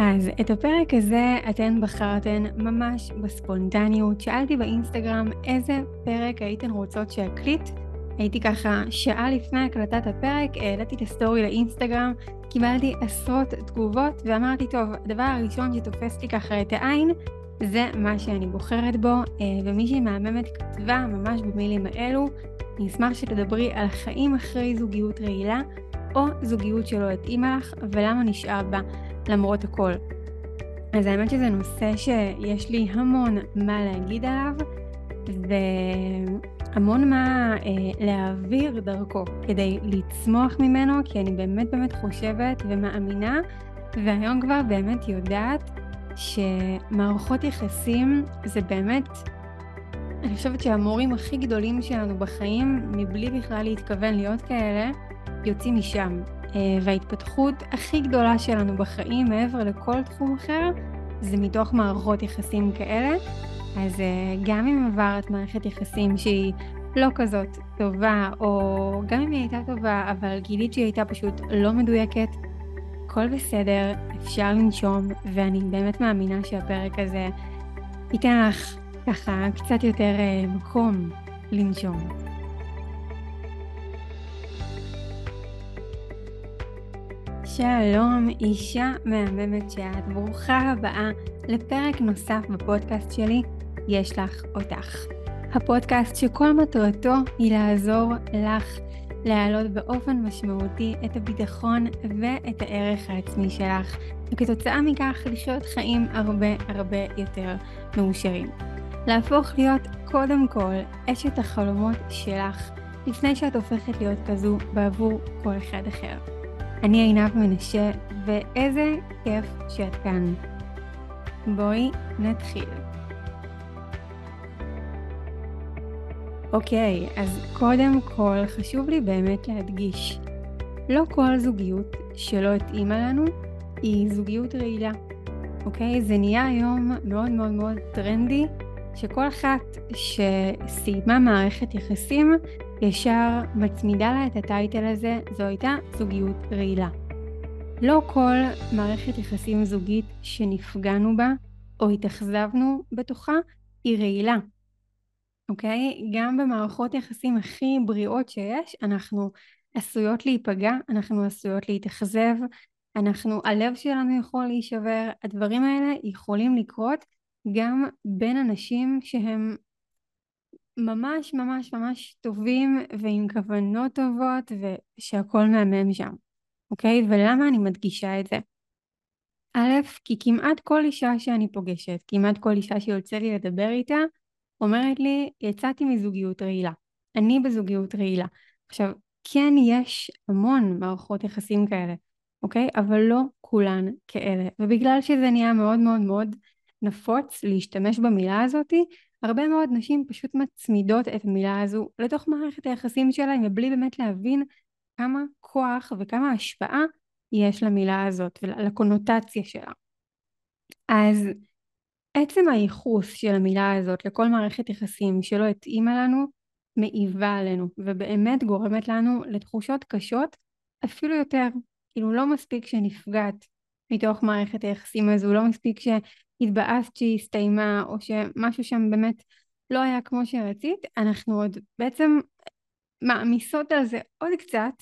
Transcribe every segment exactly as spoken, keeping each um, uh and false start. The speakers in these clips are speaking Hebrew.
אז את הפרק הזה אתן בחרתן ממש בספונטניות. שאלתי באינסטגרם איזה פרק הייתן רוצות שאקליט. הייתי ככה שעה לפני הקלטת הפרק, העליתי את הסטורי לאינסטגרם, קיבלתי עשרות תגובות ואמרתי טוב, הדבר הראשון שתופס לי ככה את העין זה מה שאני בוחרת בו, ומישהי מהממת כתבה ממש במילים האלו, אני אשמח שתדברי על חיים אחרי זוגיות רעילה או זוגיות שלא התאימה לך ולמה נשאר בה למרות הכל. אז האמת שזה נושא שיש לי המון מה להגיד עליו והמון מה אה, להעביר דרכו כדי לצמוח ממנו, כי אני באמת באמת חושבת ומאמינה והיום כבר באמת יודעת שמערכות יחסים זה באמת, אני חושבת שהמורים הכי גדולים שלנו בחיים מבלי בכלל להתכוון להיות כאלה יוצאים משם. וההתפתחות הכי גדולה שלנו בחיים מעבר לכל תחום אחר זה מתוך מערכות יחסים כאלה. אז גם אם עברת מערכת יחסים שהיא לא כזאת טובה, או גם אם היא הייתה טובה אבל גילית שהיא הייתה פשוט לא מדויקת, הכל בסדר, אפשר לנשום, ואני באמת מאמינה שהפרק הזה ייתן לך ככה קצת יותר מקום לנשום. שלום, אישה מהממת שאת, ברוכה הבאה לפרק נוסף בפודקאסט שלי, יש לך אותך. הפודקאסט שכל מטרתו היא לעזור לך להעלות באופן משמעותי את הביטחון ואת הערך העצמי שלך, וכתוצאה מכך לחיות חיים הרבה הרבה יותר מאושרים. להפוך להיות קודם כל אשת החלומות שלך, לפני שאת הופכת להיות כזו בעבור כל אחד אחר. אני עינב מנשה, ואיזה כיף שאת כאן. בואי נתחיל. אוקיי, אז קודם כל חשוב לי באמת להדגיש, לא כל זוגיות שלא התאימה לנו היא זוגיות רעילה. אוקיי, זה נהיה היום מאוד מאוד מאוד טרנדי, שכל אחת שסיימה מערכת יחסים ישר מצמידה לה את הטייטל הזה, זו הייתה זוגיות רעילה. לא כל מערכת יחסים זוגית שנפגענו בה או התאכזבנו בתוכה היא רעילה. אוקיי? גם במערכות יחסים הכי בריאות שיש, אנחנו עשויות להיפגע, אנחנו עשויות להתאכזב, אנחנו, הלב שלנו יכול להישבר, הדברים האלה יכולים לקרות גם בין אנשים שהם ממש ממש ממש טובים ועם כוונות טובות ושהכל מהמם שם, אוקיי? ולמה אני מדגישה את זה? א', כי כמעט כל אישה שאני פוגשת, כמעט כל אישה שיוצא לי לדבר איתה, אומרת לי, יצאתי מזוגיות רעילה. אני בזוגיות רעילה. עכשיו, כן יש המון מערכות יחסים כאלה, אוקיי? אבל לא כולן כאלה. ובגלל שזה נהיה מאוד מאוד מאוד נפוץ להשתמש במילה הזאתי, הרבה מאוד נשים פשוט מצמידות את המילה הזו לתוך מערכת היחסים שלהם, ובלי באמת להבין כמה כוח וכמה השפעה יש למילה הזאת ולקונוטציה שלה. אז עצם הייחוס של המילה הזאת לכל מערכת יחסים שלא התאימה לנו, מעיבה עלינו, ובאמת גורמת לנו לתחושות קשות אפילו יותר. כאילו לא מספיק שנפגעת מתוך מערכת היחסים הזו, לא מספיק שהתבאסת שהיא הסתיימה, או שמשהו שם באמת לא היה כמו שרצית, אנחנו עוד בעצם מעמיסות על זה עוד קצת,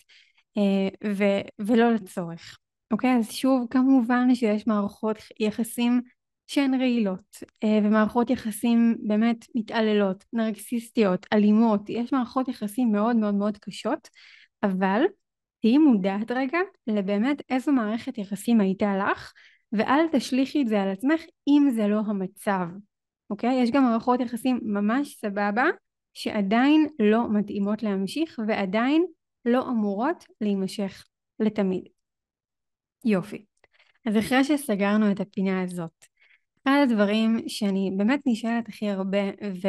ו- ולא לצורך. אוקיי? אז שוב, כמובן שיש מערכות יחסים שהן רעילות, ומערכות יחסים באמת מתעללות, נרקסיסטיות, אלימות, יש מערכות יחסים מאוד מאוד מאוד קשות, אבל תהי מודעת רגע לבאמת איזו מערכת יחסים הייתה לך, ואל תשליכי את זה על עצמך אם זה לא המצב. אוקיי? יש גם מערכות יחסים ממש סבבה, שעדיין לא מתאימות להמשיך, ועדיין לא אמורות להימשך לתמיד. יופי. אז אחרי שסגרנו את הפינה הזאת, אחד הדברים שאני באמת נשאלת הכי הרבה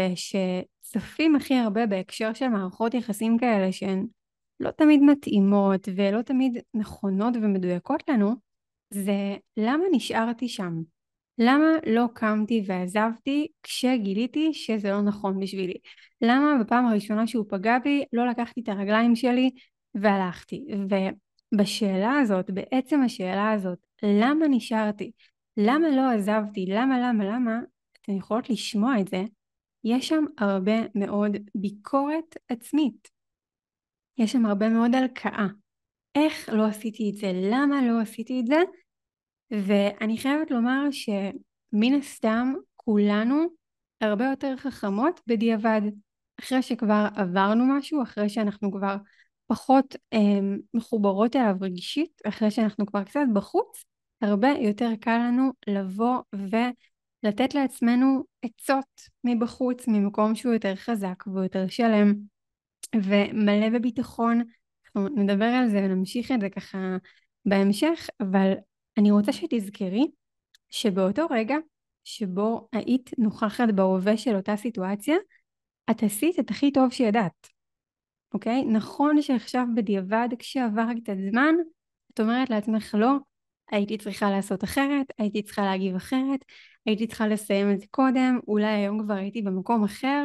ושצפים הכי הרבה בהקשר של מערכות יחסים כאלה שהן לא תמיד מתאימות ולא תמיד נכונות ומדויקות לנו, זה למה נשארתי שם? למה לא קמתי ועזבתי כשגיליתי שזה לא נכון בשבילי? למה בפעם הראשונה שהוא פגע בי לא לקחתי את הרגליים שלי והלכתי? ובשאלה הזאת, בעצם השאלה הזאת, למה נשארתי? למה לא עזבתי? למה, למה, למה? אתן יכולות לשמוע את זה. יש שם הרבה מאוד ביקורת עצמית. יש שם הרבה מאוד הלקאה. איך לא עשיתי את זה? למה לא עשיתי את זה? ואני חייבת לומר שמן הסתם כולנו הרבה יותר חכמות בדיעבד. אחרי שכבר עברנו משהו, אחרי שאנחנו כבר פחות אה, מחוברות אליו רגשית, אחרי שאנחנו כבר קצת בחוץ, הרבה יותר קל לנו לבוא ולתת לעצמנו עצות מבחוץ, ממקום שהוא יותר חזק ויותר שלם ומלא בביטחון. אנחנו נדבר על זה ונמשיך את זה ככה בהמשך, אבל אני רוצה שתזכרי שבאותו רגע שבו היית נוכחת בהווה של אותה סיטואציה, את עשית את הכי טוב שידעת, אוקיי? נכון שעכשיו בדיעבד, כשעבר קצת זמן, את אומרת לעצמך לא, הייתי צריכה לעשות אחרת, הייתי צריכה להגיב אחרת, הייתי צריכה לסיים את זה קודם, אולי היום כבר הייתי במקום אחר,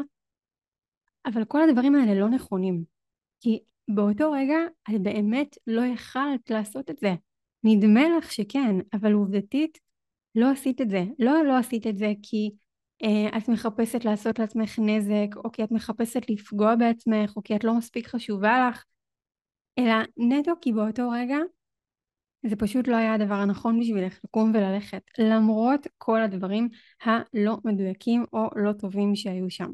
אבל כל הדברים האלה לא נכונים, כי באותו רגע את באמת לא יכלת לעשות את זה. נדמה לך שכן, אבל עובדתית לא עשית את זה. לא, לא עשית את זה כי אה, את מחפשת לעשות לעצמך נזק, או כי את מחפשת לפגוע בעצמך, או כי את לא מספיק חשובה לך, אלא נטו כי באותו רגע זה פשוט לא היה הדבר הנכון בשבילך לקום וללכת, למרות כל הדברים הלא מדויקים או לא טובים שהיו שם.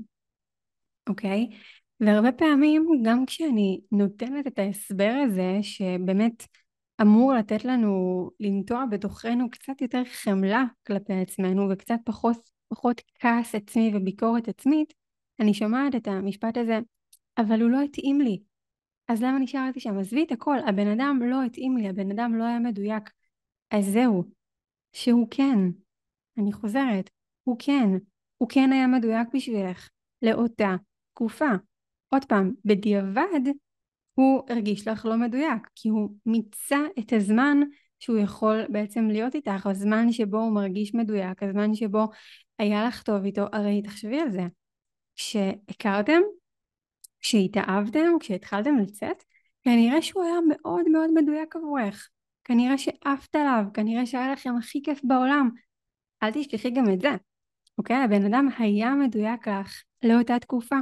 אוקיי? והרבה פעמים גם כשאני נותנת את ההסבר הזה שבאמת אמור לתת לנו לנטוע בתוכנו קצת יותר חמלה כלפי עצמנו וקצת פחות, פחות כעס עצמי וביקורת עצמית, אני שומעת את המשפט הזה, אבל הוא לא התאים לי. אז למה נשארתי שם? עזבי את הכל, הבן אדם לא התאים לי, הבן אדם לא היה מדויק. אז זהו, שהוא כן, אני חוזרת, הוא כן, הוא כן היה מדויק בשבילך לאותה תקופה. עוד פעם, בדיעבד הוא הרגיש לך לא מדויק, כי הוא מיצה את הזמן שהוא יכול בעצם להיות איתך, הזמן שבו הוא מרגיש מדויק, הזמן שבו היה לך טוב איתו. הרי תחשבי על זה, כשהכרתם, כשהתאהבתם, כשהתחלתם לצאת, כנראה שהוא היה מאוד מאוד מדויק עבורך, כנראה שאהבת עליו, כנראה שהיה לכם הכי כיף בעולם. אל תשכחי גם את זה, אוקיי? הבן אדם היה מדויק לך לאותה תקופה.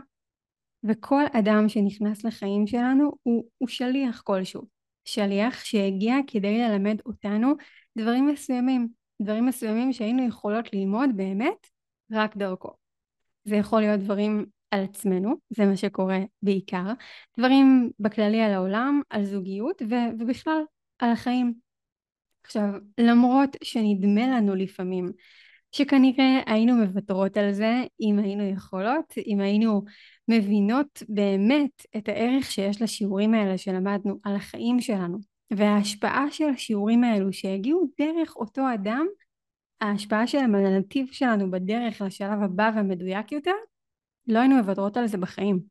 וכל אדם שנכנס לחיים שלנו הוא, הוא שליח כלשהו. שליח שהגיע כדי ללמד אותנו דברים מסוימים. דברים מסוימים שהיינו יכולות ללמוד באמת רק דרכו. זה יכול להיות דברים על עצמנו, זה מה שקורה בעיקר. דברים בכללי על העולם, על זוגיות ו- ובכלל על החיים. עכשיו, למרות שנדמה לנו לפעמים שכנראה היינו מוותרות על זה אם היינו יכולות, אם היינו מבינות באמת את הערך שיש לשיעורים האלה שלמדנו על החיים שלנו, וההשפעה של השיעורים האלו שהגיעו דרך אותו אדם, ההשפעה שלהם על הנתיב שלנו בדרך לשלב הבא והמדויק יותר, לא היינו מוותרות על זה בחיים.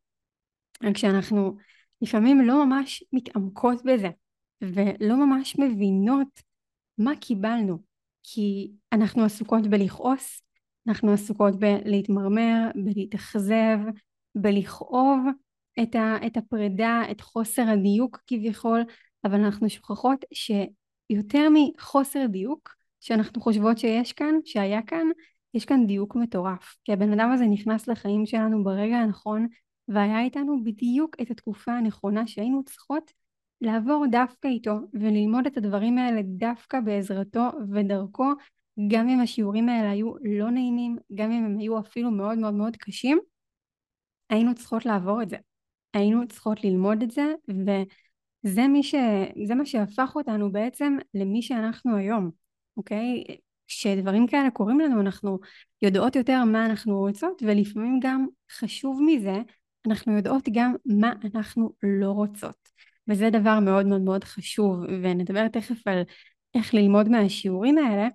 כשאנחנו לפעמים לא ממש מתעמקות בזה, ולא ממש מבינות מה קיבלנו, כי אנחנו עסוקות בלכעוס, אנחנו עסוקות בלהתמרמר, בלהתאכזב, בלכאוב את, ה, את הפרידה, את חוסר הדיוק כביכול, אבל אנחנו שוכחות שיותר מחוסר דיוק שאנחנו חושבות שיש כאן, שהיה כאן, יש כאן דיוק מטורף, כי הבן אדם הזה נכנס לחיים שלנו ברגע הנכון, והיה איתנו בדיוק את התקופה הנכונה שהיינו צריכות לעבור דווקא איתו וללמוד את הדברים האלה דווקא בעזרתו ודרכו, גם אם השיעורים האלה היו לא נעימים, גם אם הם היו אפילו מאוד מאוד מאוד קשים, היינו צריכות לעבור את זה, היינו צריכות ללמוד את זה, וזה מי ש... זה מה שהפך אותנו בעצם למי שאנחנו היום, אוקיי? כשדברים כאלה קורים לנו אנחנו יודעות יותר מה אנחנו רוצות, ולפעמים גם חשוב מזה, אנחנו יודעות גם מה אנחנו לא רוצות. וזה דבר מאוד מאוד מאוד חשוב, ונדבר תכף על איך ללמוד מהשיעורים האלה,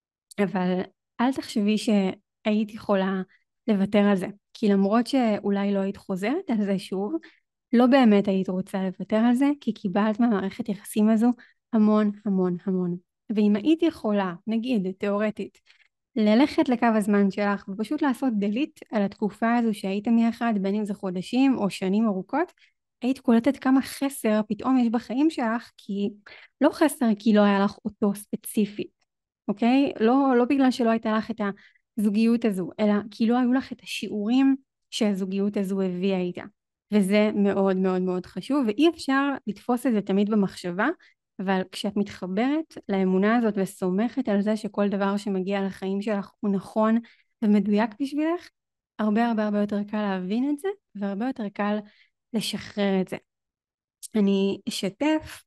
אבל אל תחשבי שהיית יכולה לוותר על זה, כי למרות שאולי לא היית חוזרת על זה שוב, לא באמת היית רוצה לוותר על זה, כי קיבלת מהמערכת יחסים הזו המון המון המון. ואם היית יכולה, נגיד תיאורטית, ללכת לקו הזמן שלך ופשוט לעשות דליט על התקופה הזו שהייתם יחד, בין אם זה חודשים או שנים ארוכות, היית קולטת כמה חסר פתאום יש בחיים שלך, כי לא חסר כי לא היה לך אותו ספציפית, אוקיי? לא, לא בגלל שלא הייתה לך את הזוגיות הזו, אלא כי לא היו לך את השיעורים שהזוגיות הזו הביאה איתה. וזה מאוד מאוד מאוד חשוב, ואי אפשר לתפוס את זה תמיד במחשבה, אבל כשאת מתחברת לאמונה הזאת וסומכת על זה שכל דבר שמגיע לחיים שלך הוא נכון ומדויק בשבילך, הרבה הרבה הרבה יותר קל להבין את זה, והרבה יותר קל לשחרר את זה. אני אשתף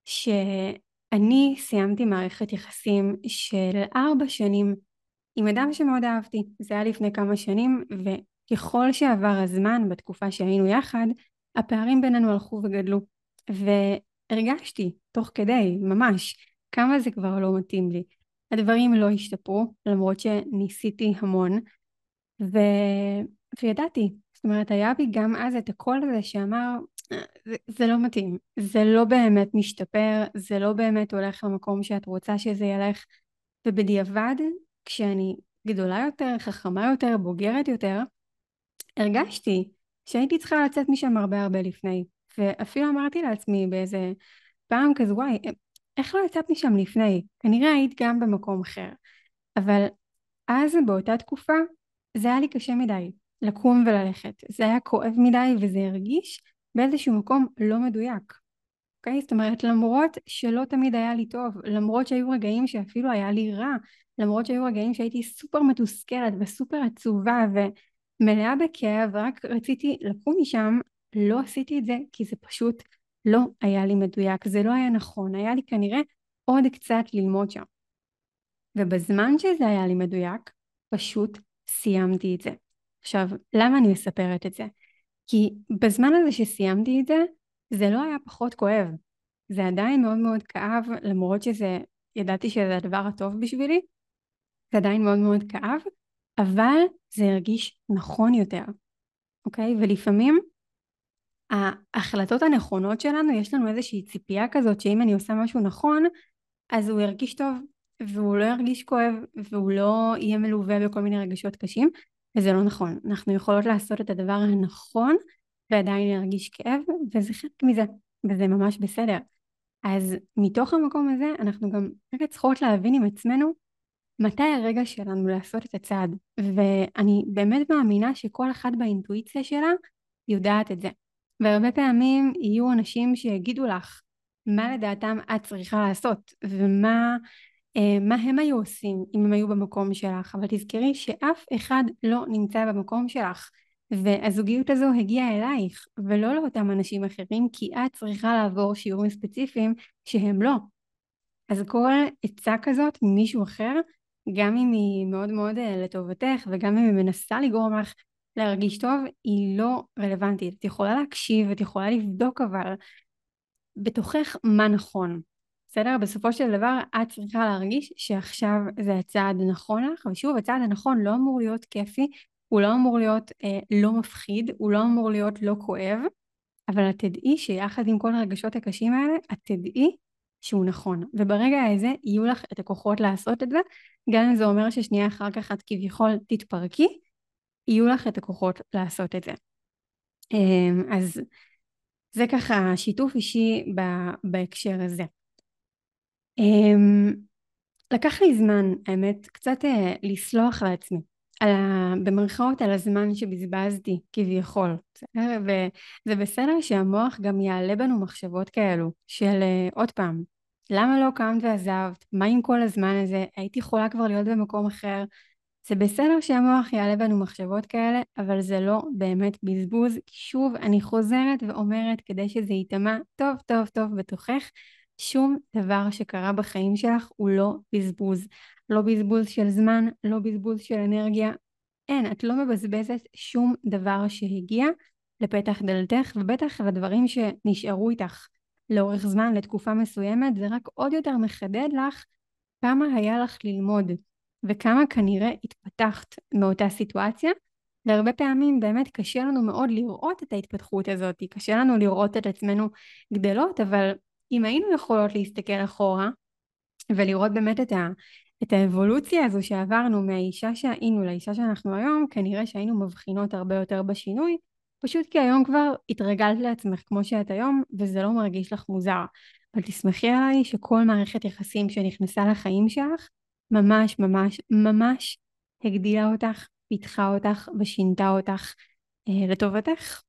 שאני סיימתי מערכת יחסים של ארבע שנים עם אדם שמאוד אהבתי. זה היה לפני כמה שנים, וככל שעבר הזמן בתקופה שהיינו יחד, הפערים בינינו הלכו וגדלו. והרגשתי תוך כדי, ממש, כמה זה כבר לא מתאים לי. הדברים לא השתפרו, למרות שניסיתי המון, ו... וידעתי. זאת אומרת, היה בי גם אז את הקול הזה שאמר, זה, זה לא מתאים, זה לא באמת משתפר, זה לא באמת הולך למקום שאת רוצה שזה ילך, ובדיעבד, כשאני גדולה יותר, חכמה יותר, בוגרת יותר, הרגשתי שהייתי צריכה לצאת משם הרבה הרבה לפני, ואפילו אמרתי לעצמי באיזה פעם כזה, וואי, איך לא יצאת משם לפני? כנראה היית גם במקום אחר, אבל אז באותה תקופה זה היה לי קשה מדי לקום וללכת, זה היה כואב מדי וזה הרגיש באיזשהו מקום לא מדויק. אוקיי? זאת אומרת, למרות שלא תמיד היה לי טוב, למרות שהיו רגעים שאפילו היה לי רע, למרות שהיו רגעים שהייתי סופר מתוסכלת וסופר עצובה ומלאה בכאב, ורק רציתי לקום משם, לא עשיתי את זה כי זה פשוט לא היה לי מדויק, זה לא היה נכון, היה לי כנראה עוד קצת ללמוד שם. ובזמן שזה היה לי מדויק, פשוט סיימתי את זה. עכשיו, למה אני מספרת את זה? כי בזמן הזה שסיימתי את זה, זה לא היה פחות כואב. זה עדיין מאוד מאוד כאב, למרות שזה, ידעתי שזה הדבר הטוב בשבילי, זה עדיין מאוד מאוד כאב, אבל זה הרגיש נכון יותר, אוקיי? ולפעמים ההחלטות הנכונות שלנו, יש לנו איזושהי ציפייה כזאת, שאם אני עושה משהו נכון, אז הוא ירגיש טוב, והוא לא ירגיש כואב, והוא לא יהיה מלווה בכל מיני רגשות קשים, וזה לא נכון. אנחנו יכולות לעשות את הדבר הנכון, ועדיין להרגיש כאב, וזה חלק מזה, וזה ממש בסדר. אז מתוך המקום הזה, אנחנו גם רגע צריכות להבין עם עצמנו, מתי הרגע שלנו לעשות את הצעד, ואני באמת מאמינה שכל אחד באינטואיציה שלה יודעת את זה. והרבה פעמים יהיו אנשים שיגידו לך, מה לדעתם את צריכה לעשות, ומה אה, מה הם היו עושים אם הם היו במקום שלך, אבל תזכרי שאף אחד לא נמצא במקום שלך, והזוגיות הזו הגיעה אלייך, ולא לאותם אנשים אחרים, כי את צריכה לעבור שיעורים ספציפיים שהם לא. אז כל עצה כזאת ממישהו אחר, גם אם היא מאוד מאוד אה, לטובתך, וגם אם היא מנסה לגרום לך להרגיש טוב, היא לא רלוונטית. את יכולה להקשיב, את יכולה לבדוק, אבל בתוכך מה נכון. בסדר? בסופו של דבר את צריכה להרגיש שעכשיו זה הצעד הנכון לך, ושוב, הצעד הנכון לא אמור להיות כיפי, הוא לא אמור להיות אה, לא מפחיד, הוא לא אמור להיות לא כואב, אבל את תדעי שיחד עם כל הרגשות הקשים האלה, את תדעי שהוא נכון. וברגע הזה יהיו לך את הכוחות לעשות את זה, גם אם זה אומר ששנייה אחר כך את כביכול תתפרקי, יהיו לך את הכוחות לעשות את זה. אה, אז זה ככה שיתוף אישי בהקשר הזה. לקח לי זמן, האמת, קצת לסלוח לעצמי, על ה, במרכאות על הזמן שבזבזתי כביכול. וזה בסדר שהמוח גם יעלה בנו מחשבות כאלו, של עוד פעם, למה לא קמת ועזבת? מה עם כל הזמן הזה? הייתי יכולה כבר להיות במקום אחר. זה בסדר שהמוח יעלה בנו מחשבות כאלה, אבל זה לא באמת בזבוז. שוב, אני חוזרת ואומרת, כדי שזה ייטמע טוב טוב טוב בתוכך, שום דבר שקרה בחיים שלך הוא לא בזבוז. לא בזבוז של זמן, לא בזבוז של אנרגיה. אין, את לא מבזבזת שום דבר שהגיע לפתח דלתך, ובטח לדברים שנשארו איתך לאורך זמן, לתקופה מסוימת, זה רק עוד יותר מחדד לך כמה היה לך ללמוד. וכמה כנראה התפתחת מאותה סיטואציה, והרבה פעמים באמת קשה לנו מאוד לראות את ההתפתחות הזאת, קשה לנו לראות את עצמנו גדלות, אבל אם היינו יכולות להסתכל אחורה, ולראות באמת את, ה, את האבולוציה הזו שעברנו מהאישה שהיינו לאישה שאנחנו היום, כנראה שהיינו מבחינות הרבה יותר בשינוי, פשוט כי היום כבר התרגלת לעצמך כמו שאת היום, וזה לא מרגיש לך מוזר. אבל תסמכי עליי שכל מערכת יחסים שנכנסה לחיים שלך, ממש ממש ממש הגדילה אותך, פיתחה אותך ושינתה אותך אה, לטובתך.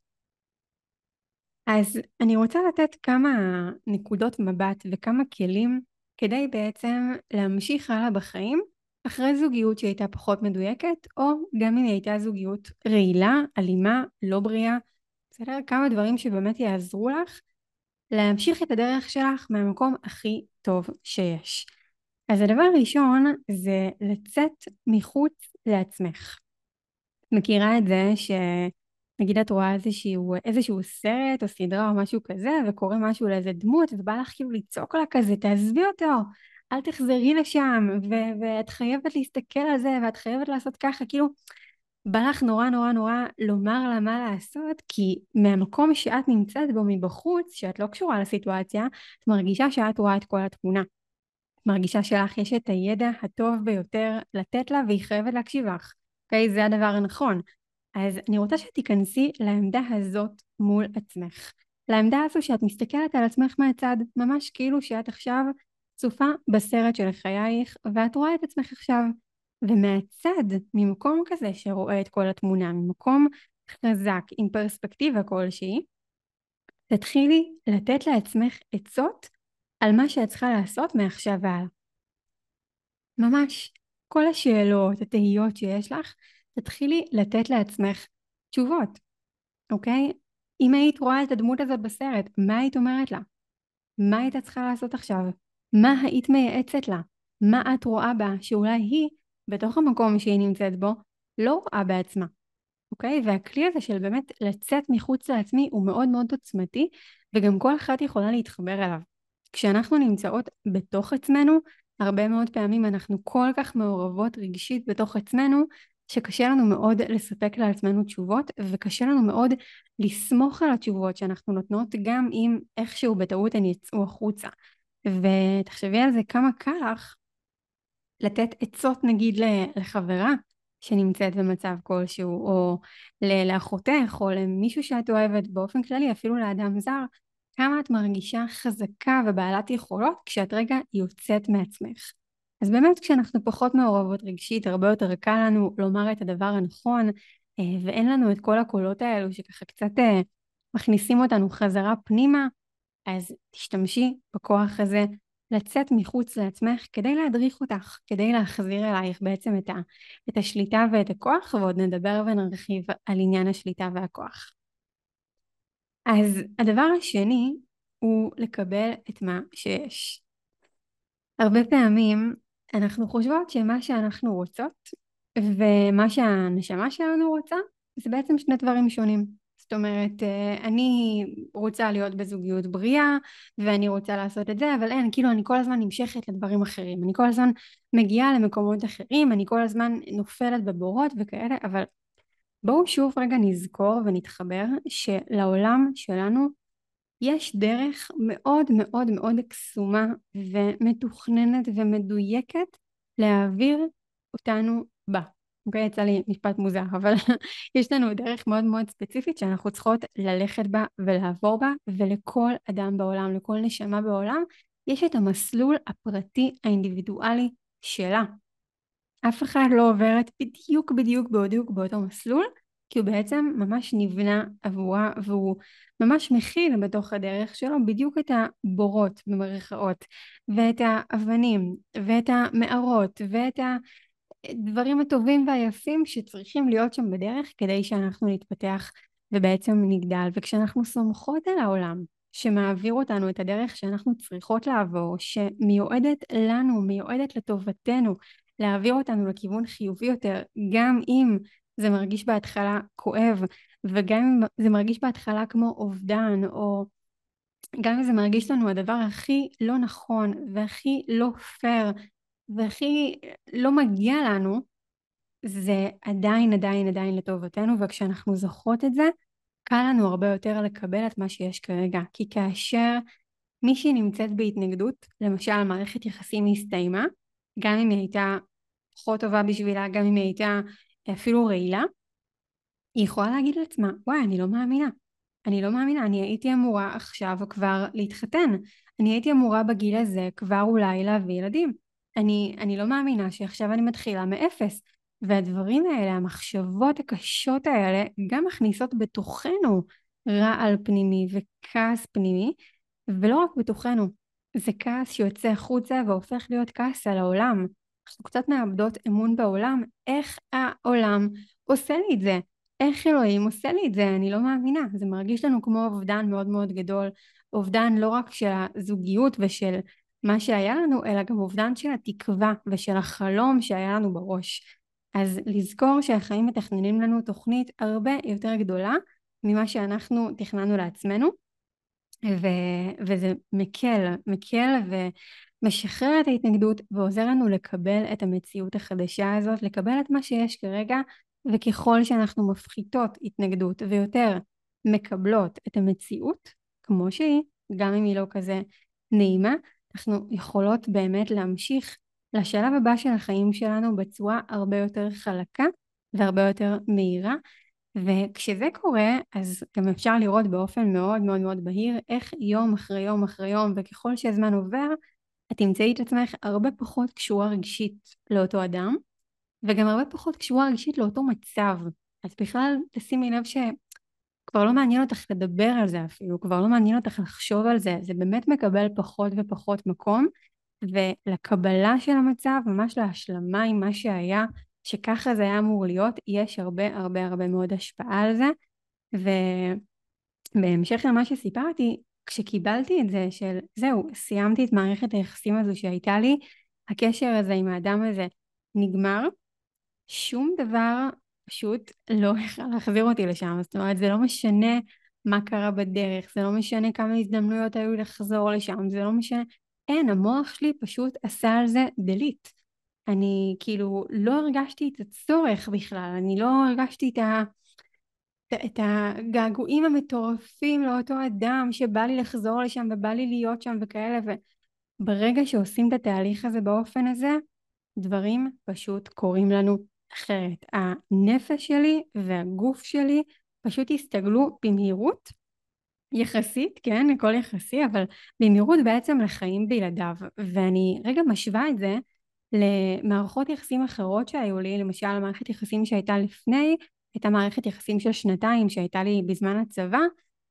אז אני רוצה לתת כמה נקודות מבט וכמה כלים כדי בעצם להמשיך הלאה בחיים אחרי זוגיות שהייתה פחות מדויקת, או גם אם היא הייתה זוגיות רעילה, אלימה, לא בריאה. בסדר? כמה דברים שבאמת יעזרו לך להמשיך את הדרך שלך מהמקום הכי טוב שיש. אז הדבר הראשון זה לצאת מחוץ לעצמך. מכירה את זה שנגיד את רואה איזשהו, איזשהו סרט או סדרה או משהו כזה וקורה משהו לאיזה דמות ובא לך כאילו לצעוק לה כזה, תעזבי אותו, אל תחזרי לשם, ו- ואת חייבת להסתכל על זה ואת חייבת לעשות ככה, כאילו בא לך נורא נורא נורא לומר לה מה לעשות, כי מהמקום שאת נמצאת בו מבחוץ, שאת לא קשורה לסיטואציה, את מרגישה שאת רואה את כל התמונה. את מרגישה שלך יש את הידע הטוב ביותר לתת לה והיא חייבת להקשיב לך. אוקיי? זה הדבר הנכון. אז אני רוצה שתיכנסי לעמדה הזאת מול עצמך. לעמדה הזו שאת מסתכלת על עצמך מהצד, ממש כאילו שאת עכשיו צופה בסרט של חייך ואת רואה את עצמך עכשיו. ומהצד, ממקום כזה שרואה את כל התמונה, ממקום חזק עם פרספקטיבה כלשהי, תתחילי לתת לעצמך עצות על מה שאת צריכה לעשות מעכשיו והלאה. ממש כל השאלות, התהיות שיש לך, תתחילי לתת לעצמך תשובות, אוקיי? אם היית רואה את הדמות הזאת בסרט, מה היית אומרת לה? מה היית צריכה לעשות עכשיו? מה היית מייעצת לה? מה את רואה בה שאולי היא, בתוך המקום שהיא נמצאת בו, לא רואה בעצמה? אוקיי? והכלי הזה של באמת לצאת מחוץ לעצמי הוא מאוד מאוד עוצמתי, וגם כל אחת יכולה להתחבר אליו. כשאנחנו נמצאות בתוך עצמנו, הרבה מאוד פעמים אנחנו כל כך מעורבות רגשית בתוך עצמנו, שקשה לנו מאוד לספק לעצמנו תשובות, וקשה לנו מאוד לסמוך על התשובות שאנחנו נותנות, גם אם איכשהו בטעות הן יצאו החוצה. ותחשבי על זה כמה קל לך לתת עצות נגיד לחברה שנמצאת במצב כלשהו, או לאחותך, או למישהו שאת אוהבת באופן כללי, אפילו לאדם זר, כמה את מרגישה חזקה ובעלת יכולות כשאת רגע יוצאת מעצמך. אז באמת כשאנחנו פחות מעורבות רגשית, הרבה יותר קל לנו לומר את הדבר הנכון, ואין לנו את כל הקולות האלו שככה קצת מכניסים אותנו חזרה פנימה, אז תשתמשי בכוח הזה לצאת מחוץ לעצמך כדי להדריך אותך, כדי להחזיר אלייך בעצם את, ה, את השליטה ואת הכוח, ועוד נדבר ונרחיב על עניין השליטה והכוח. אז הדבר השני הוא לקבל את מה שיש. הרבה פעמים אנחנו חושבות שמה שאנחנו רוצות ומה שהנשמה שלנו רוצה זה בעצם שני דברים שונים. זאת אומרת, אני רוצה להיות בזוגיות בריאה ואני רוצה לעשות את זה, אבל אין, כאילו אני כל הזמן נמשכת לדברים אחרים, אני כל הזמן מגיעה למקומות אחרים, אני כל הזמן נופלת בבורות וכאלה, אבל בואו שוב רגע נזכור ונתחבר שלעולם שלנו יש דרך מאוד מאוד מאוד קסומה ומתוכננת ומדויקת להעביר אותנו בה. אוקיי, יצא לי משפט מוזר, אבל יש לנו דרך מאוד מאוד ספציפית שאנחנו צריכות ללכת בה ולעבור בה, ולכל אדם בעולם, לכל נשמה בעולם, יש את המסלול הפרטי האינדיבידואלי שלה. אף אחד לא עוברת בדיוק בדיוק בדיוק באותו מסלול, כי הוא בעצם ממש נבנה עבורה, והוא ממש מכיל בתוך הדרך שלו בדיוק את הבורות במרכאות, ואת האבנים, ואת המערות, ואת הדברים הטובים והיפים שצריכים להיות שם בדרך כדי שאנחנו נתפתח ובעצם נגדל. וכשאנחנו סומכות על העולם שמעביר אותנו את הדרך שאנחנו צריכות לעבור, שמיועדת לנו, מיועדת לטובתנו, להעביר אותנו לכיוון חיובי יותר, גם אם זה מרגיש בהתחלה כואב, וגם אם זה מרגיש בהתחלה כמו אובדן, או גם אם זה מרגיש לנו הדבר הכי לא נכון, והכי לא פייר, והכי לא מגיע לנו, זה עדיין עדיין עדיין לטובתנו, וכשאנחנו זוכרות את זה, קל לנו הרבה יותר לקבל את מה שיש כרגע, כי כאשר מישהי נמצאת בהתנגדות, למשל מערכת יחסים הסתיימה, גם אם היא הייתה פחות טובה בשבילה, גם אם היא הייתה אפילו רעילה, היא יכולה להגיד לעצמה, וואי, אני לא מאמינה. אני לא מאמינה, אני הייתי אמורה עכשיו כבר להתחתן. אני הייתי אמורה בגיל הזה כבר אולי להביא ילדים. אני, אני לא מאמינה שעכשיו אני מתחילה מאפס. והדברים האלה, המחשבות הקשות האלה, גם מכניסות בתוכנו רעל פנימי וכעס פנימי, ולא רק בתוכנו. זה כעס שיוצא החוצה והופך להיות כעס על העולם. אנחנו קצת מאבדות אמון בעולם. איך העולם עושה לי את זה? איך אלוהים עושה לי את זה? אני לא מאמינה. זה מרגיש לנו כמו אובדן מאוד מאוד גדול. אובדן לא רק של הזוגיות ושל מה שהיה לנו, אלא גם אובדן של התקווה ושל החלום שהיה לנו בראש. אז לזכור שהחיים מתכננים לנו תוכנית הרבה יותר גדולה ממה שאנחנו תכננו לעצמנו, ו- וזה מקל, מקל ומשחרר את ההתנגדות ועוזר לנו לקבל את המציאות החדשה הזאת, לקבל את מה שיש כרגע, וככל שאנחנו מפחיתות התנגדות ויותר מקבלות את המציאות כמו שהיא, גם אם היא לא כזה נעימה, אנחנו יכולות באמת להמשיך לשלב הבא של החיים שלנו בצורה הרבה יותר חלקה והרבה יותר מהירה. וכשזה קורה, אז גם אפשר לראות באופן מאוד מאוד מאוד בהיר איך יום אחרי יום אחרי יום, וככל שהזמן עובר, את תמצאי את עצמך הרבה פחות קשורה רגשית לאותו אדם, וגם הרבה פחות קשורה רגשית לאותו מצב. אז בכלל תשימי לב שכבר לא מעניין אותך לדבר על זה אפילו, כבר לא מעניין אותך לחשוב על זה, זה באמת מקבל פחות ופחות מקום, ולקבלה של המצב, ממש להשלמה עם מה שהיה, שככה זה היה אמור להיות, יש הרבה הרבה הרבה מאוד השפעה על זה. ובהמשך למה שסיפרתי, כשקיבלתי את זה של זהו, סיימתי את מערכת היחסים הזו שהייתה לי, הקשר הזה עם האדם הזה נגמר, שום דבר פשוט לא יכול להחזיר אותי לשם. זאת אומרת, זה לא משנה מה קרה בדרך, זה לא משנה כמה הזדמנויות היו לחזור לשם, זה לא משנה, אין, המוח שלי פשוט עשה על זה delete. אני כאילו לא הרגשתי את הצורך בכלל, אני לא הרגשתי את ה... את הגעגועים המטורפים לאותו אדם שבא לי לחזור לשם ובא לי להיות שם וכאלה, וברגע שעושים את התהליך הזה באופן הזה, דברים פשוט קורים לנו אחרת. הנפש שלי והגוף שלי פשוט הסתגלו במהירות יחסית, כן, הכל יחסי, אבל במהירות בעצם לחיים בלעדיו. ואני רגע משווה את זה למערכות יחסים אחרות שהיו לי, למשל המערכת יחסים שהייתה לפני, הייתה מערכת יחסים של שנתיים שהייתה לי בזמן הצבא,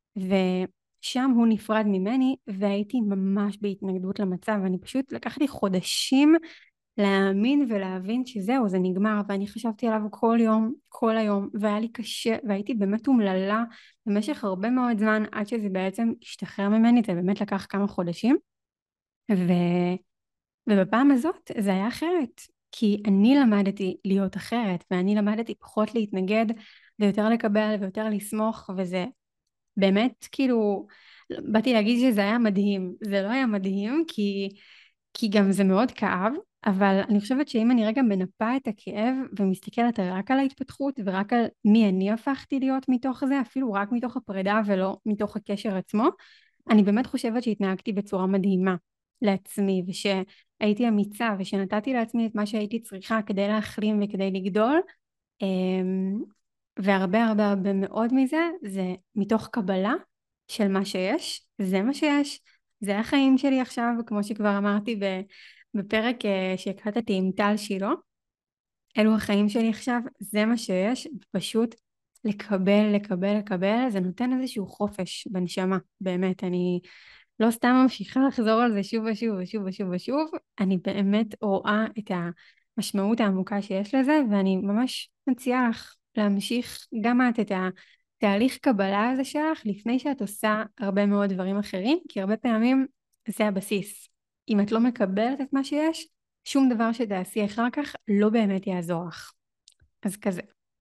ושם הוא נפרד ממני והייתי ממש בהתנגדות למצב, ואני פשוט לקחתי חודשים להאמין ולהבין שזהו, זה נגמר, ואני חשבתי עליו כל יום, כל היום, והיה לי קשה, והייתי באמת אומללה במשך הרבה מאוד זמן, עד שזה בעצם השתחרר ממני, זה באמת לקח כמה חודשים, ו... ובפעם הזאת זה היה אחרת, כי אני למדתי להיות אחרת, ואני למדתי פחות להתנגד, ויותר לקבל, ויותר לסמוך, וזה באמת כאילו, באתי להגיד שזה היה מדהים, זה לא היה מדהים, כי... כי גם זה מאוד כאב, אבל אני חושבת שאם אני רגע מנפה את הכאב ומסתכלת רק על ההתפתחות ורק על מי אני הפכתי להיות מתוך זה, אפילו רק מתוך הפרידה ולא מתוך הקשר עצמו, אני באמת חושבת שהתנהגתי בצורה מדהימה לעצמי, ושהייתי אמיצה ושנתתי לעצמי את מה שהייתי צריכה כדי להחלים וכדי לגדול, אמ, והרבה הרבה הרבה מאוד מזה זה מתוך קבלה של מה שיש, זה מה שיש, זה החיים שלי עכשיו, כמו שכבר אמרתי בפרק אה, שהקלטתי עם טל שילה, אלו החיים שלי עכשיו, זה מה שיש, פשוט לקבל, לקבל, לקבל, זה נותן איזשהו חופש בנשמה, באמת, אני לא סתם ממשיכה לחזור על זה שוב ושוב ושוב ושוב ושוב, אני באמת רואה את המשמעות העמוקה שיש לזה, ואני ממש מציעה לך להמשיך גם את את התהליך קבלה הזה שלך, לפני שאת עושה הרבה מאוד דברים אחרים, כי הרבה פעמים זה הבסיס. אם את לא מקבלת את מה שיש, שום דבר שתעשי אחר כך לא באמת יעזור לך. אז כזה.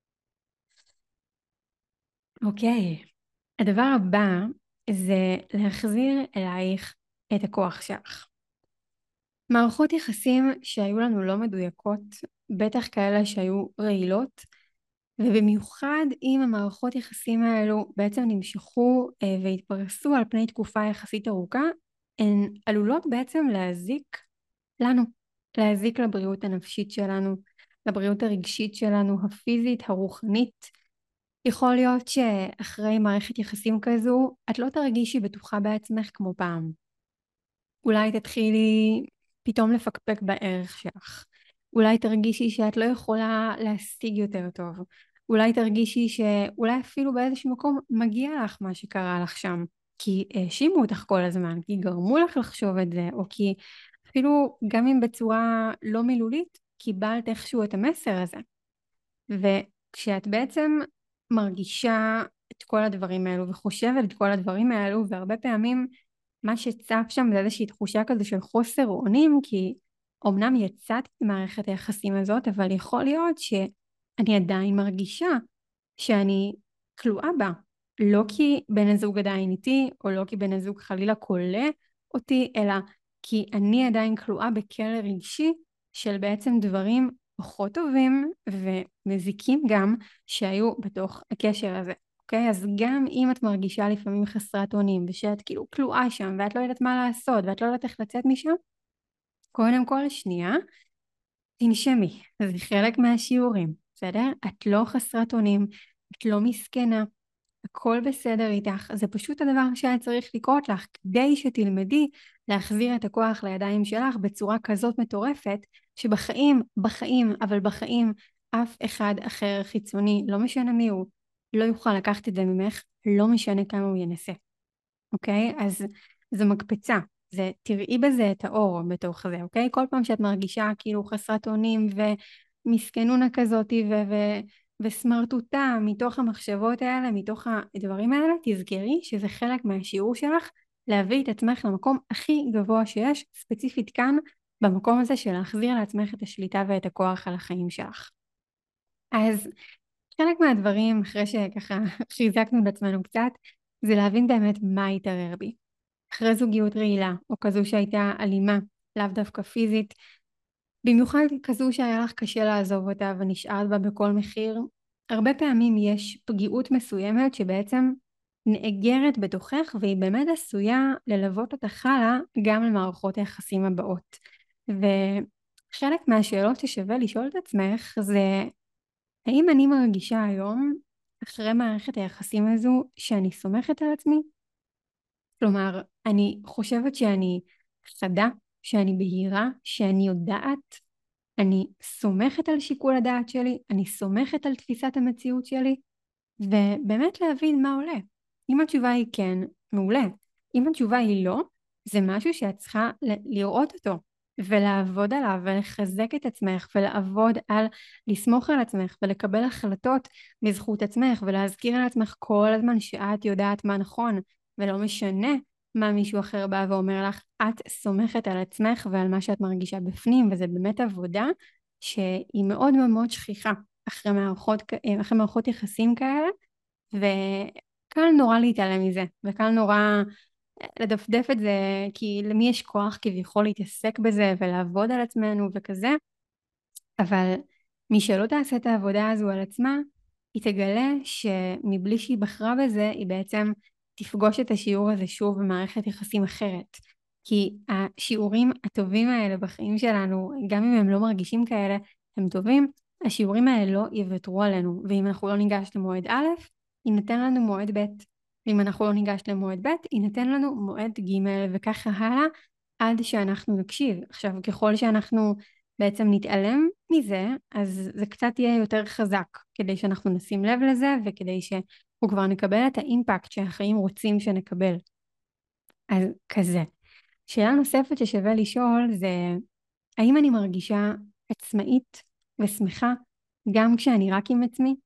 אוקיי. הדבר הבא זה להחזיר אלייך את הכוח שלך. מערכות יחסים שהיו לנו לא מדויקות, בטח כאלה שהיו רעילות, ובמיוחד אם המערכות יחסים האלו בעצם נמשכו אה, והתפרסו על פני תקופה יחסית ארוכה, הן עלולות בעצם להזיק לנו, להזיק לבריאות הנפשית שלנו, לבריאות הרגשית שלנו, הפיזית, הרוחנית. יכול להיות שאחרי מערכת יחסים כזו, את לא תרגישי בטוחה בעצמך כמו פעם. אולי תתחילי פתאום לפקפק בערך שלך. אולי תרגישי שאת לא יכולה להשיג יותר טוב. אולי תרגישי שאולי אפילו באיזשהו מקום מגיע לך מה שקרה לך שם. כי האשימו אותך כל הזמן, כי גרמו לך לחשוב את זה, או כי אפילו גם אם בצורה לא מילולית, קיבלת איכשהו את המסר הזה. וכשאת בעצם מרגישה את כל הדברים האלו וחושבת את כל הדברים האלו, והרבה פעמים מה שצף שם זה איזושהי תחושה כזו של חוסר אונים, כי אמנם יצאתי ממערכת היחסים הזאת, אבל יכול להיות שאני עדיין מרגישה שאני כלואה בה. לא כי בן הזוג עדיין איתי, או לא כי בן הזוג חלילה קולה אותי, אלא כי אני עדיין כלואה בכלא רגשי של בעצם דברים פחות טובים ומזיקים גם שהיו בתוך הקשר הזה. אוקיי? אז גם אם את מרגישה לפעמים חסרת אונים ושאת כאילו כלואה שם ואת לא יודעת מה לעשות ואת לא יודעת איך לצאת משם, קודם כל שנייה, תנשמי. זה חלק מהשיעורים, בסדר? את לא חסרת אונים, את לא מסכנה, הכל בסדר איתך. זה פשוט הדבר שהיה צריך לקרות לך כדי שתלמדי להחזיר את הכוח לידיים שלך בצורה כזאת מטורפת שבחיים, בחיים, אבל בחיים אף אחד אחר חיצוני, לא משנה מי הוא, לא יוכל לקחת את זה ממך, לא משנה כמה הוא ינסה. אוקיי? אז זו מקפצה. זה, תראי בזה את האור בתוך זה, אוקיי? כל פעם שאת מרגישה כאילו חסרת אונים ומסכנונה כזאת ו- ו- וסמרטוטה מתוך המחשבות האלה, מתוך הדברים האלה, תזכרי שזה חלק מהשיעור שלך להביא את עצמך למקום הכי גבוה שיש, ספציפית כאן, במקום הזה של להחזיר לעצמך את השליטה ואת הכוח על החיים שלך. אז חלק מהדברים, אחרי שככה חיזקנו את עצמנו קצת, זה להבין באמת מה יתערער בי. אחרי זוגיות רעילה, או כזו שהייתה אלימה, לאו דווקא פיזית, במיוחד כזו שהיה לך קשה לעזוב אותה ונשארת בה בכל מחיר, הרבה פעמים יש פגיעות מסוימת שבעצם נאגרת בתוכך, והיא באמת עשויה ללוות אותך הלאה גם למערכות היחסים הבאות. וחלק מהשאלות ששווה לשאול את עצמך זה, האם אני מרגישה היום, אחרי מערכת היחסים הזו, שאני סומכת על עצמי? כלומר, אני חושבת שאני חדה, שאני בהירה, שאני יודעת, אני סומכת על שיקול הדעת שלי, אני סומכת על תפיסת המציאות שלי, ובאמת להבין מה עולה. אם התשובה היא כן, מעולה. אם התשובה היא לא, זה משהו שאת צריכה לראות אותו, ולעבוד עליו, ולחזק את עצמך, ולעבוד על לסמוך על עצמך, ולקבל החלטות בזכות עצמך, ולהזכיר על עצמך כל הזמן שאת יודעת מה נכון, ולא משנה מה מישהו אחר בא ואומר לך, את סומכת על עצמך ועל מה שאת מרגישה בפנים, וזה באמת עבודה שהיא מאוד מאוד שכיחה אחרי מערכות, אחרי מערכות יחסים כאלה, וקל נורא להתעלם מזה, וקל נורא לדפדף את זה, כי למי יש כוח כביכול להתעסק בזה ולעבוד על עצמנו וכזה, אבל מי שלא תעשה את העבודה הזו על עצמה, היא תגלה שמבלי שהיא בחרה בזה, היא בעצם תפגוש את השיעור הזה שוב במערכת יחסים אחרת. כי השיעורים הטובים האלה בחיים שלנו, גם אם הם לא מרגישים כאלה, הם טובים, השיעורים האלה לא יוותרו עלינו, ואם אנחנו לא ניגש למועד א', יינתן לנו מועד ב', ואם אנחנו לא ניגש למועד ב', יינתן לנו מועד ג', וככה הלאה, עד שאנחנו נקשיב. עכשיו, ככל שאנחנו בעצם נתעלם מזה, אז זה קצת יהיה יותר חזק, כדי שאנחנו נשים לב לזה, וכדי שהוא כבר נקבל את האימפקט שהחיים רוצים שנקבל. אז כזה. שאלה נוספת ששווה לשאול זה, האם אני מרגישה עצמאית ושמחה גם כשאני רק עם עצמי?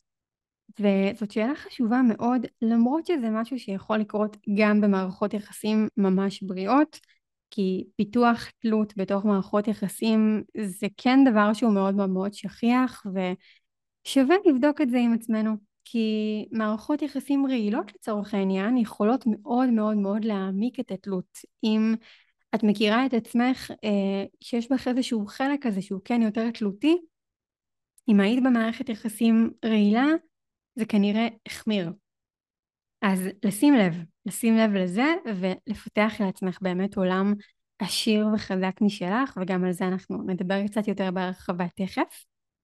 וזאת שאלה חשובה מאוד, למרות שזה משהו שיכול לקרות גם במערכות יחסים ממש בריאות, כי פיתוח תלות בתוך מערכות יחסים זה כן דבר שהוא מאוד מאוד מאוד שכיח, ושווה לבדוק את זה עם עצמנו, כי מערכות יחסים רעילות לצורך העניין יכולות מאוד מאוד מאוד להעמיק את התלות. אם את מכירה את עצמך אה, שיש בך איזשהו חלק כזה שהוא כן יותר תלותי, אם היית במערכת יחסים רעילה, זה כנראה החמיר. אז לשים לב, לשים לב לזה ולפתח לעצמך באמת עולם עשיר וחזק משלך, וגם על זה אנחנו נדבר קצת יותר בהרחבה תכף.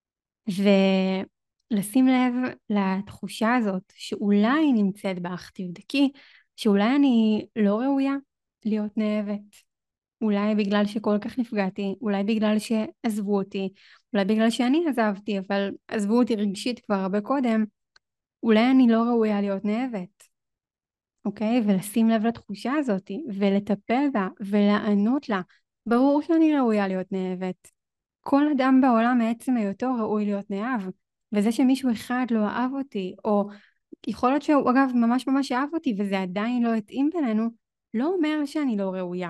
ולשים לב לתחושה הזאת שאולי נמצאת בך, תבדקי, שאולי אני לא ראויה להיות נאהבת. אולי בגלל שכל כך נפגעתי, אולי בגלל שעזבו אותי, אולי בגלל שאני עזבתי, אבל עזבו אותי רגשית כבר הרבה קודם, אולי אני לא ראויה להיות נאהבת, אוקיי? ולשים לב לתחושה הזאת, ולטפל בה, ולענות לה. ברור שאני ראויה להיות נאהבת. כל אדם בעולם מעצם היותו ראוי להיות נאהב. וזה שמישהו אחד לא אהב אותי, או יכול להיות שהוא אגב ממש ממש אהב אותי, וזה עדיין לא התאים בינינו, לא אומר שאני לא ראויה.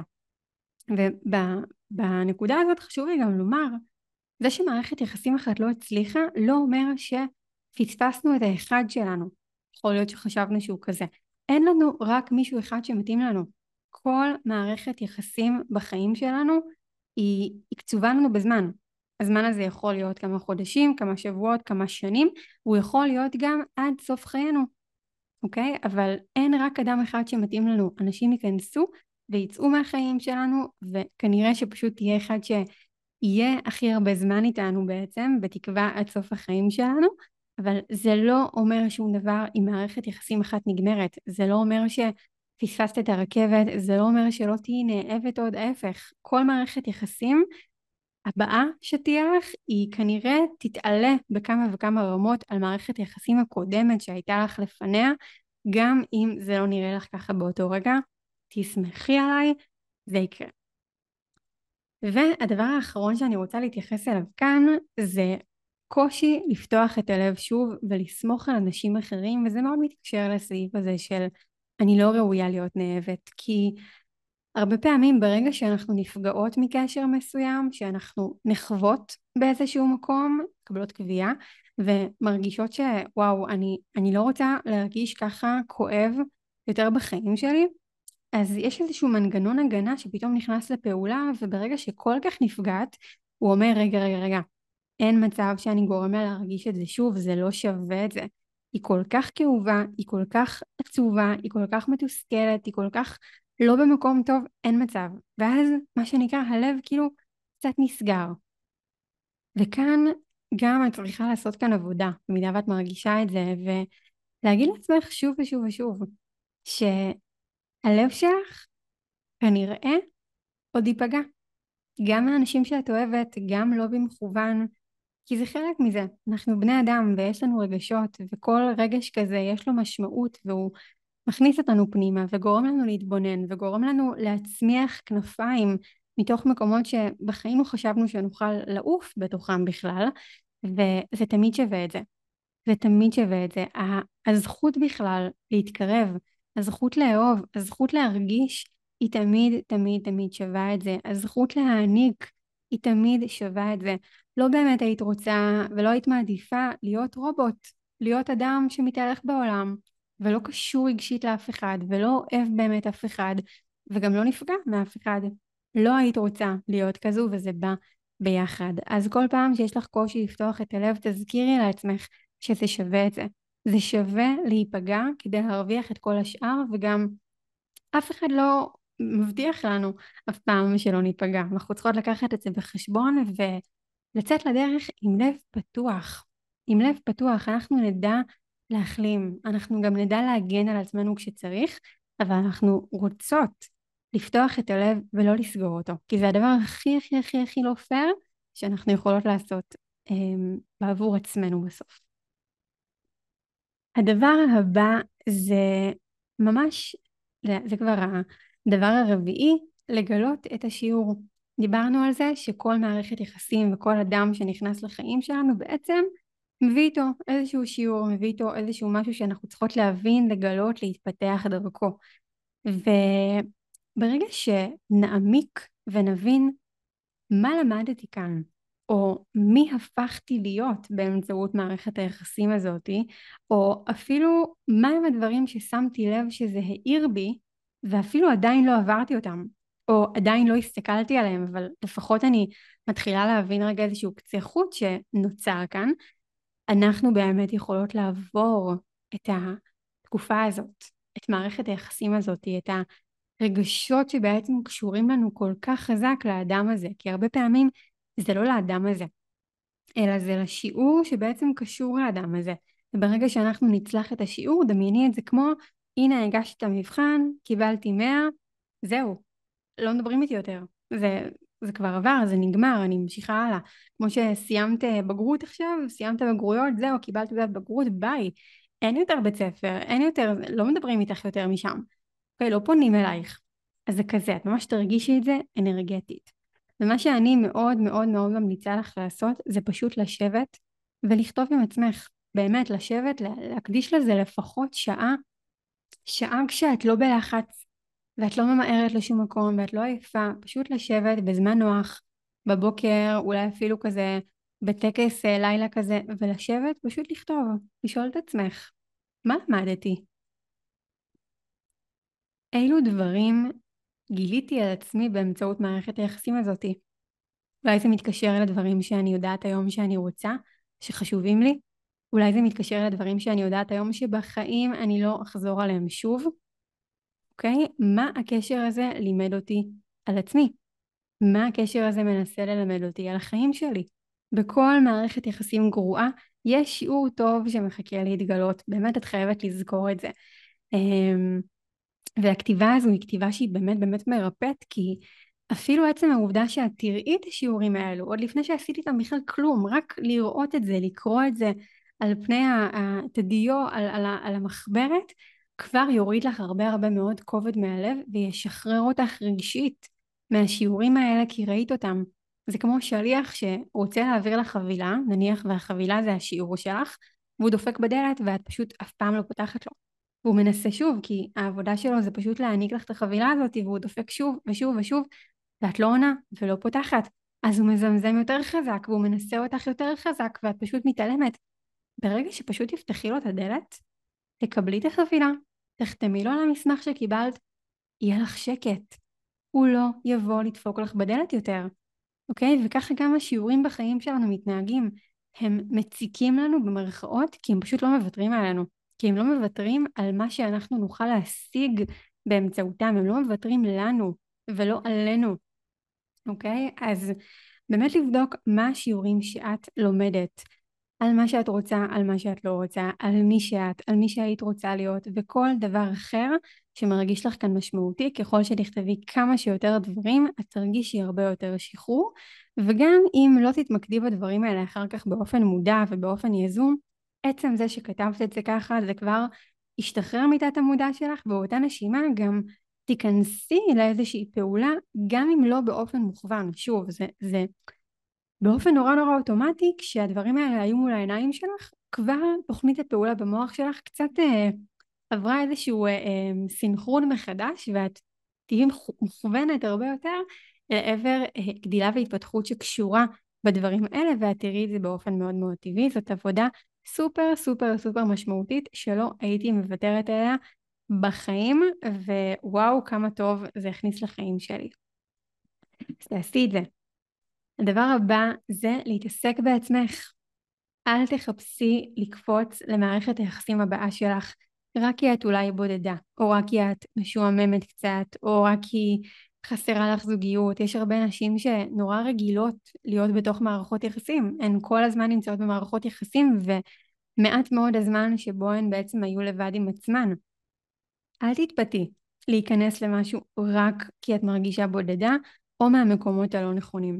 ובנקודה הזאת חשוב לי גם לומר, זה שמערכת יחסים אחת לא הצליחה, לא אומר שפספסנו את האחד שלנו. יכול להיות שחשבנו שהוא כזה. אין לנו רק מישהו אחד שמתאים לנו. כל מערכת יחסים בחיים שלנו היא, היא קצובה לנו בזמן. הזמן הזה יכול להיות כמה חודשים, כמה שבועות, כמה שנים, הוא יכול להיות גם עד סוף חיינו. אוקיי? אבל אין רק אדם אחד שמתאים לנו. אנשים ייכנסו ויצאו מהחיים שלנו, וכנראה שפשוט תהיה אחד שיהיה הכי הרבה זמן איתנו בעצם, בתקווה עד סוף החיים שלנו, אבל זה לא אומר שום דבר אם מערכת יחסים אחת נגמרת. זה לא אומר שפספסת את הרכבת, זה לא אומר שלא תהי נאהבת עוד, ההפך. כל מערכת יחסים הבאה שתהיה לך היא כנראה תתעלה בכמה וכמה רמות על מערכת יחסים הקודמת שהייתה לך לפניה, גם אם זה לא נראה לך ככה באותו רגע. תסמכי עליי, זה יקרה. והדבר האחרון שאני רוצה להתייחס אליו כאן זה קושי לפתוח את הלב שוב ולסמוך על אנשים אחרים, וזה מאוד מתקשר לסעיף הזה של אני לא ראויה להיות נאהבת, כי הרבה פעמים ברגע שאנחנו נפגעות מקשר מסוים, שאנחנו נחוות באיזשהו מקום, קבלות קביעה, ומרגישות שוואו, אני, אני לא רוצה להרגיש ככה כואב יותר בחיים שלי, אז יש איזשהו מנגנון הגנה שפתאום נכנס לפעולה, וברגע שכל כך נפגעת, הוא אומר רגע רגע רגע, אין מצב שאני גורם לה להרגיש את זה שוב, זה לא שווה את זה. היא כל כך כאובה, היא כל כך עצובה, היא כל כך מתוסכלת, היא כל כך לא במקום טוב, אין מצב. ואז מה שנקרא הלב כאילו קצת נסגר. וכאן גם את צריכה לעשות כאן עבודה, במידה ואת מרגישה את זה, ולהגיד לעצמך שוב ושוב ושוב, שהלב שלך כנראה עוד ייפגע. גם האנשים שאת אוהבת, גם לא במכוון, כי זה חלק מזה. אנחנו בני אדם ויש לנו רגשות, וכל רגש כזה יש לו משמעות, והוא מכניס אותנו פנימה וגורם לנו להתבונן וגורם לנו להצמיח כנפיים מתוך מקומות שבחיים חשבנו שנוכל לעוף בתוכם בכלל, וזה תמיד שווה את זה. זה תמיד שווה את זה. הזכות בכלל להתקרב, הזכות לאהוב, הזכות להרגיש היא תמיד תמיד תמיד שווה את זה. הזכות להעניק היא תמיד שווה את זה. לא באמת היית רוצה ולא היית מעדיפה להיות רובוט, להיות אדם שמתהלך בעולם ולא קשור רגשית לאף אחד ולא אוהב באמת אף אחד וגם לא נפגע מאף אחד. לא היית רוצה להיות כזו, וזה בא ביחד. אז כל פעם שיש לך קושי לפתוח את הלב, תזכירי לעצמך שזה שווה את זה. זה שווה להיפגע כדי להרוויח את כל השאר, וגם אף אחד לא מבטיח לנו אף פעם שלא ניפגע. אנחנו צריכות לקחת את זה בחשבון ולצאת לדרך עם לב פתוח. עם לב פתוח אנחנו נדע להחלים, אנחנו גם נדע להגן על עצמנו כשצריך, אבל אנחנו רוצות לפתוח את הלב ולא לסגור אותו, כי זה הדבר הכי הכי הכי הכי לא פייר שאנחנו יכולות לעשות um, בעבור עצמנו בסוף. הדבר הבא זה ממש, זה כבר הדבר הרביעי, לגלות את השיעור. דיברנו על זה שכל מערכת יחסים וכל אדם שנכנס לחיים שלנו בעצם מביא איתו איזשהו שיעור, מביא איתו איזשהו משהו שאנחנו צריכות להבין, לגלות, להתפתח דרכו. וברגע שנעמיק ונבין מה למדתי כאן, או מי הפכתי להיות באמצעות מערכת היחסים הזאת, או אפילו מהם הדברים ששמתי לב שזה העיר בי, ואפילו עדיין לא עברתי אותם, או עדיין לא הסתכלתי עליהם, אבל לפחות אני מתחילה להבין רגע איזשהו קצה חוט שנוצר כאן, אנחנו באמת יכולות לעבור את התקופה הזאת, את מערכת היחסים הזאת, את הרגשות שבעצם קשורים לנו כל כך חזק לאדם הזה, כי הרבה פעמים זה לא לאדם הזה, אלא זה לשיעור שבעצם קשור לאדם הזה. וברגע שאנחנו נצלח את השיעור, דמייני את זה כמו, הנה הגשתי את המבחן, קיבלתי מאה, זהו, לא מדברים איתי יותר. זה, זה כבר עבר, זה נגמר, אני ממשיכה הלאה. כמו שסיימת בגרות עכשיו, סיימת בגרויות, זהו, קיבלת תעודת בגרות, ביי. אין יותר בית ספר, אין יותר, לא מדברים איתך יותר משם. אוקיי, לא פונים אלייך. אז זה כזה, את ממש תרגישי את זה אנרגטית. ומה שאני מאוד מאוד מאוד ממליצה לך לעשות, זה פשוט לשבת ולכתוב עם עצמך. באמת, לשבת, להקדיש לזה לפחות שעה, שעה כשאת לא בלחץ, ואת לא ממהרת לשום מקום, ואת לא עייפה, פשוט לשבת בזמן נוח, בבוקר, אולי אפילו כזה, בטקס אה, לילה כזה, ולשבת, פשוט לכתוב, לשאול את עצמך, מה למדתי? אילו דברים גיליתי על עצמי באמצעות מערכת היחסים הזאתי? אולי זה מתקשר לדברים שאני יודעת היום שאני רוצה, שחשובים לי? אולי זה מתקשר לדברים שאני יודעת היום שבחיים אני לא אחזור עליהם שוב? אוקיי? מה הקשר הזה לימד אותי על עצמי? מה הקשר הזה מנסה ללמד אותי על החיים שלי? בכל מערכת יחסים גרועה יש שיעור טוב שמחכה להתגלות. באמת את חייבת לזכור את זה. אמ, והכתיבה הזו היא כתיבה שהיא באמת באמת מרפאת, כי אפילו עצם העובדה שאת תראי את השיעורים האלו, עוד לפני שעשיתי איתם בכלל כלום, רק לראות את זה, לקרוא את זה על פני התדיו, על, על, על המחברת, כבר יוריד לך הרבה הרבה מאוד כובד מהלב, וישחרר אותך רגשית מהשיעורים האלה, כי ראית אותם. זה כמו שליח שרוצה להעביר לך חבילה, נניח והחבילה זה השיעור שלך, והוא דופק בדלת ואת פשוט אף פעם לא פותחת לו. והוא מנסה שוב, כי העבודה שלו זה פשוט להעניק לך את החבילה הזאת, והוא דופק שוב ושוב ושוב, ואת לא עונה ולא פותחת. אז הוא מזמזם יותר חזק, והוא מנסה אותך יותר חזק, ואת פשוט מתעלמת. ברגע שפשוט תפתחי לו את הדלת, תקבלי את החבילה, תחתמי לו על המסמך שקיבלת, יהיה לך שקט. הוא לא יבוא לדפוק לך בדלת יותר. אוקיי? וככה גם השיעורים בחיים שלנו מתנהגים. הם מציקים לנו במרכאות, כי הם פשוט לא מוותרים עלינו. כי הם לא מוותרים על מה שאנחנו נוכל להשיג באמצעותם. הם לא מוותרים לנו ולא עלינו. אוקיי? אז באמת לבדוק מה השיעורים שאת לומדת. על מה שאת רוצה, על מה שאת לא רוצה, על מי שאת, על מי שהיית רוצה להיות, וכל דבר אחר שמרגיש לך כאן משמעותי. ככל שתכתבי כמה שיותר דברים, את תרגישי הרבה יותר שחרור, וגם אם לא תתמקדי בדברים האלה אחר כך באופן מודע ובאופן יזום, עצם זה שכתבת את זה ככה, זה כבר ישתחרר מתת המודע שלך, ובאותה נשימה גם תיכנסי לאיזושהי פעולה, גם אם לא באופן מוכוון. שוב, זה... זה באופן נורא נורא אוטומטי, כשהדברים האלה היו מול העיניים שלך, כבר תוכנית הפעולה במוח שלך קצת אה, עברה איזשהו אה, אה, סינכרון מחדש, ואת תהיי מוכוונת הרבה יותר לעבר אה, גדילה והתפתחות שקשורה בדברים האלה, ואת תראי את זה באופן מאוד מאוד טבעי. זאת עבודה סופר סופר סופר משמעותית שלא הייתי מוותרת עליה בחיים, ווואו כמה טוב זה הכניס לחיים שלי. אז תעשי את זה. הדבר הבא זה להתעסק בעצמך. אל תחפשי לקפוץ למערכת היחסים הבאה שלך רק כי את אולי בודדה, או רק כי את משועממת קצת, או רק כי חסרה לך זוגיות. יש הרבה נשים שנורא רגילות להיות בתוך מערכות יחסים. הן כל הזמן נמצאות במערכות יחסים, ומעט מאוד הזמן שבו הן בעצם היו לבד עם עצמן. אל תתפתי להיכנס למשהו רק כי את מרגישה בודדה, או מהמקומות הלא נכונים.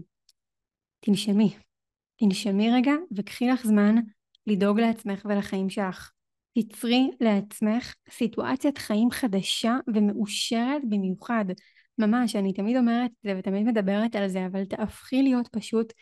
תנשמי, תנשמי רגע וקחי לך זמן לדאוג לעצמך ולחיים שלך. תיצרי לעצמך סיטואציית חיים חדשה ומאושרת במיוחד. ממש, אני תמיד אומרת את זה ותמיד מדברת על זה, אבל תהפכי להיות פשוט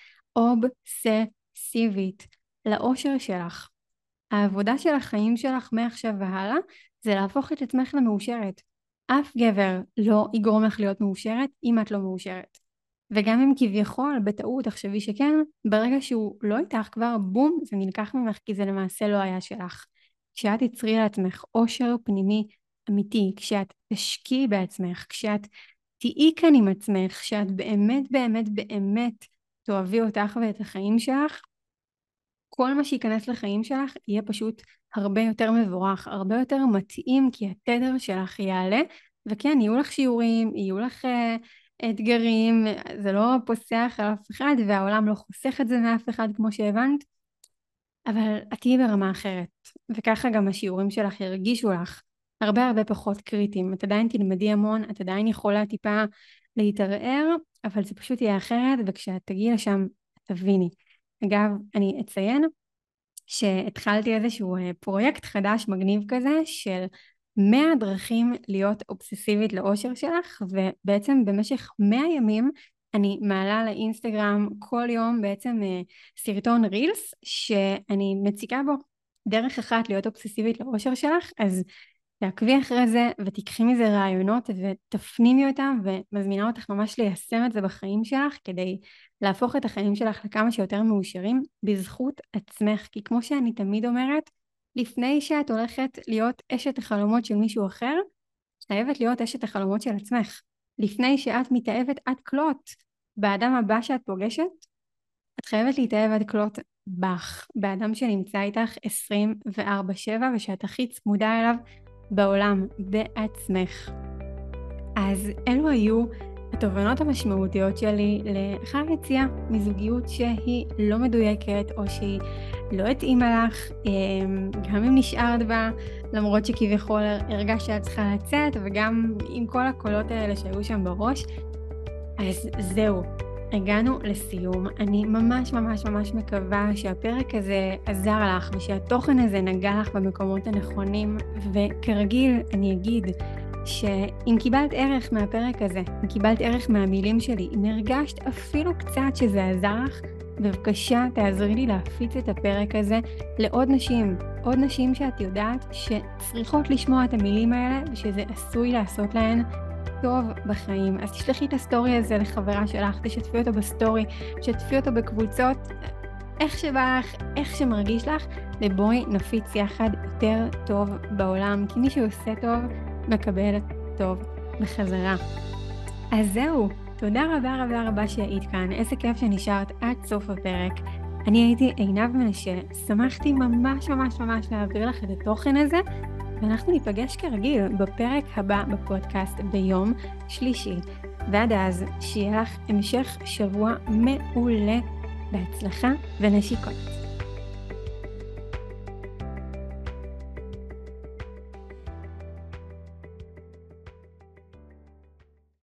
אובססיבית לאושר שלך. העבודה של החיים שלך מעכשיו והלאה זה להפוך את עצמך למאושרת. אף גבר לא יגרום לך להיות מאושרת אם את לא מאושרת. וגם אם כביכול בטעות תחשבי שכן, ברגע שהוא לא איתך כבר בום זה נלקח ממך, כי זה למעשה לא היה שלך. כשאת תצרי לעצמך אושר פנימי אמיתי, כשאת תשקיעי בעצמך, כשאת תהיי כאן עם עצמך, שאת באמת באמת באמת תאהבי אותך ואת החיים שלך, כל מה שייכנס לחיים שלך יהיה פשוט הרבה יותר מבורך, הרבה יותר מתאים, כי התדר שלך יעלה. וכן, יהיו לך שיעורים, יהיו לך uh, אתגרים, זה לא פוסח על אף אחד, והעולם לא חוסך את זה מאף אחד כמו שהבנת, אבל את תהיי ברמה אחרת, וככה גם השיעורים שלך ירגישו לך הרבה הרבה פחות קריטיים. את עדיין תלמדי המון, את עדיין יכולה טיפה להתערער, אבל זה פשוט יהיה אחרת, וכשאת תגיעי לשם, תביני. אגב, אני אציין שהתחלתי איזשהו פרויקט חדש מגניב כזה, של מאה דרכים להיות אובססיבית לאושר שלך, ובעצם במשך מאה ימים, אני מעלה לאינסטגרם כל יום בעצם סרטון רילס, שאני מציקה בו דרך אחת להיות אובססיבית לאושר שלך, אז תעקבי אחרי זה ותיקחי מזה רעיונות ותפנימי אותם, ומזמינה אותך ממש ליישם את זה בחיים שלך, כדי להפוך את החיים שלך לכמה שיותר מאושרים בזכות עצמך. כי כמו שאני תמיד אומרת, לפני שאת הולכת להיות אשת החלומות של מישהו אחר, חייבת להיות אשת החלומות של עצמך. לפני שאת מתאהבת עד כלות באדם הבא שאת פוגשת, את חייבת להתאהב עד כלות בך, באדם שנמצא איתך עשרים וארבע שבע ושאת הכי צמודה אליו בעולם, בעצמך. אז אלו היו התובנות המשמעותיות שלי לאחר יציאה מזוגיות שהיא לא מדויקת או שהיא לא התאימה לך, גם אם נשארת בה, למרות שכביכול הרגשת שאת צריכה לצאת, וגם עם כל הקולות האלה שהיו שם בראש. אז זהו, הגענו לסיום. אני ממש ממש ממש מקווה שהפרק הזה עזר לך ושהתוכן הזה נגע לך במקומות הנכונים, וכרגיל אני אגיד שאם קיבלת ערך מהפרק הזה, אם קיבלת ערך מהמילים שלי, אם הרגשת אפילו קצת שזה עזר לך, בבקשה תעזרי לי להפיץ את הפרק הזה לעוד נשים, עוד נשים שאת יודעת שצריכות לשמוע את המילים האלה ושזה עשוי לעשות להן טוב בחיים. אז תשלחי את הסטורי הזה לחברה שלך, תשתפי אותו בסטורי, תשתפי אותו בקבוצות, איך שבא לך, איך שמרגיש לך, ובואי נפיץ יחד יותר טוב בעולם, כי מי שעושה טוב מקבל טוב בחזרה. אז זהו, תודה רבה רבה רבה שהיית כאן, איזה כיף שנשארת עד סוף הפרק. אני הייתי עינב מנשה, שמחתי ממש ממש ממש להעביר לך את התוכן הזה, ואנחנו ניפגש כרגיל בפרק הבא בפודקאסט ביום שלישי. ועד אז, שיהיה לך המשך שבוע מעולה, בהצלחה ונשיקות.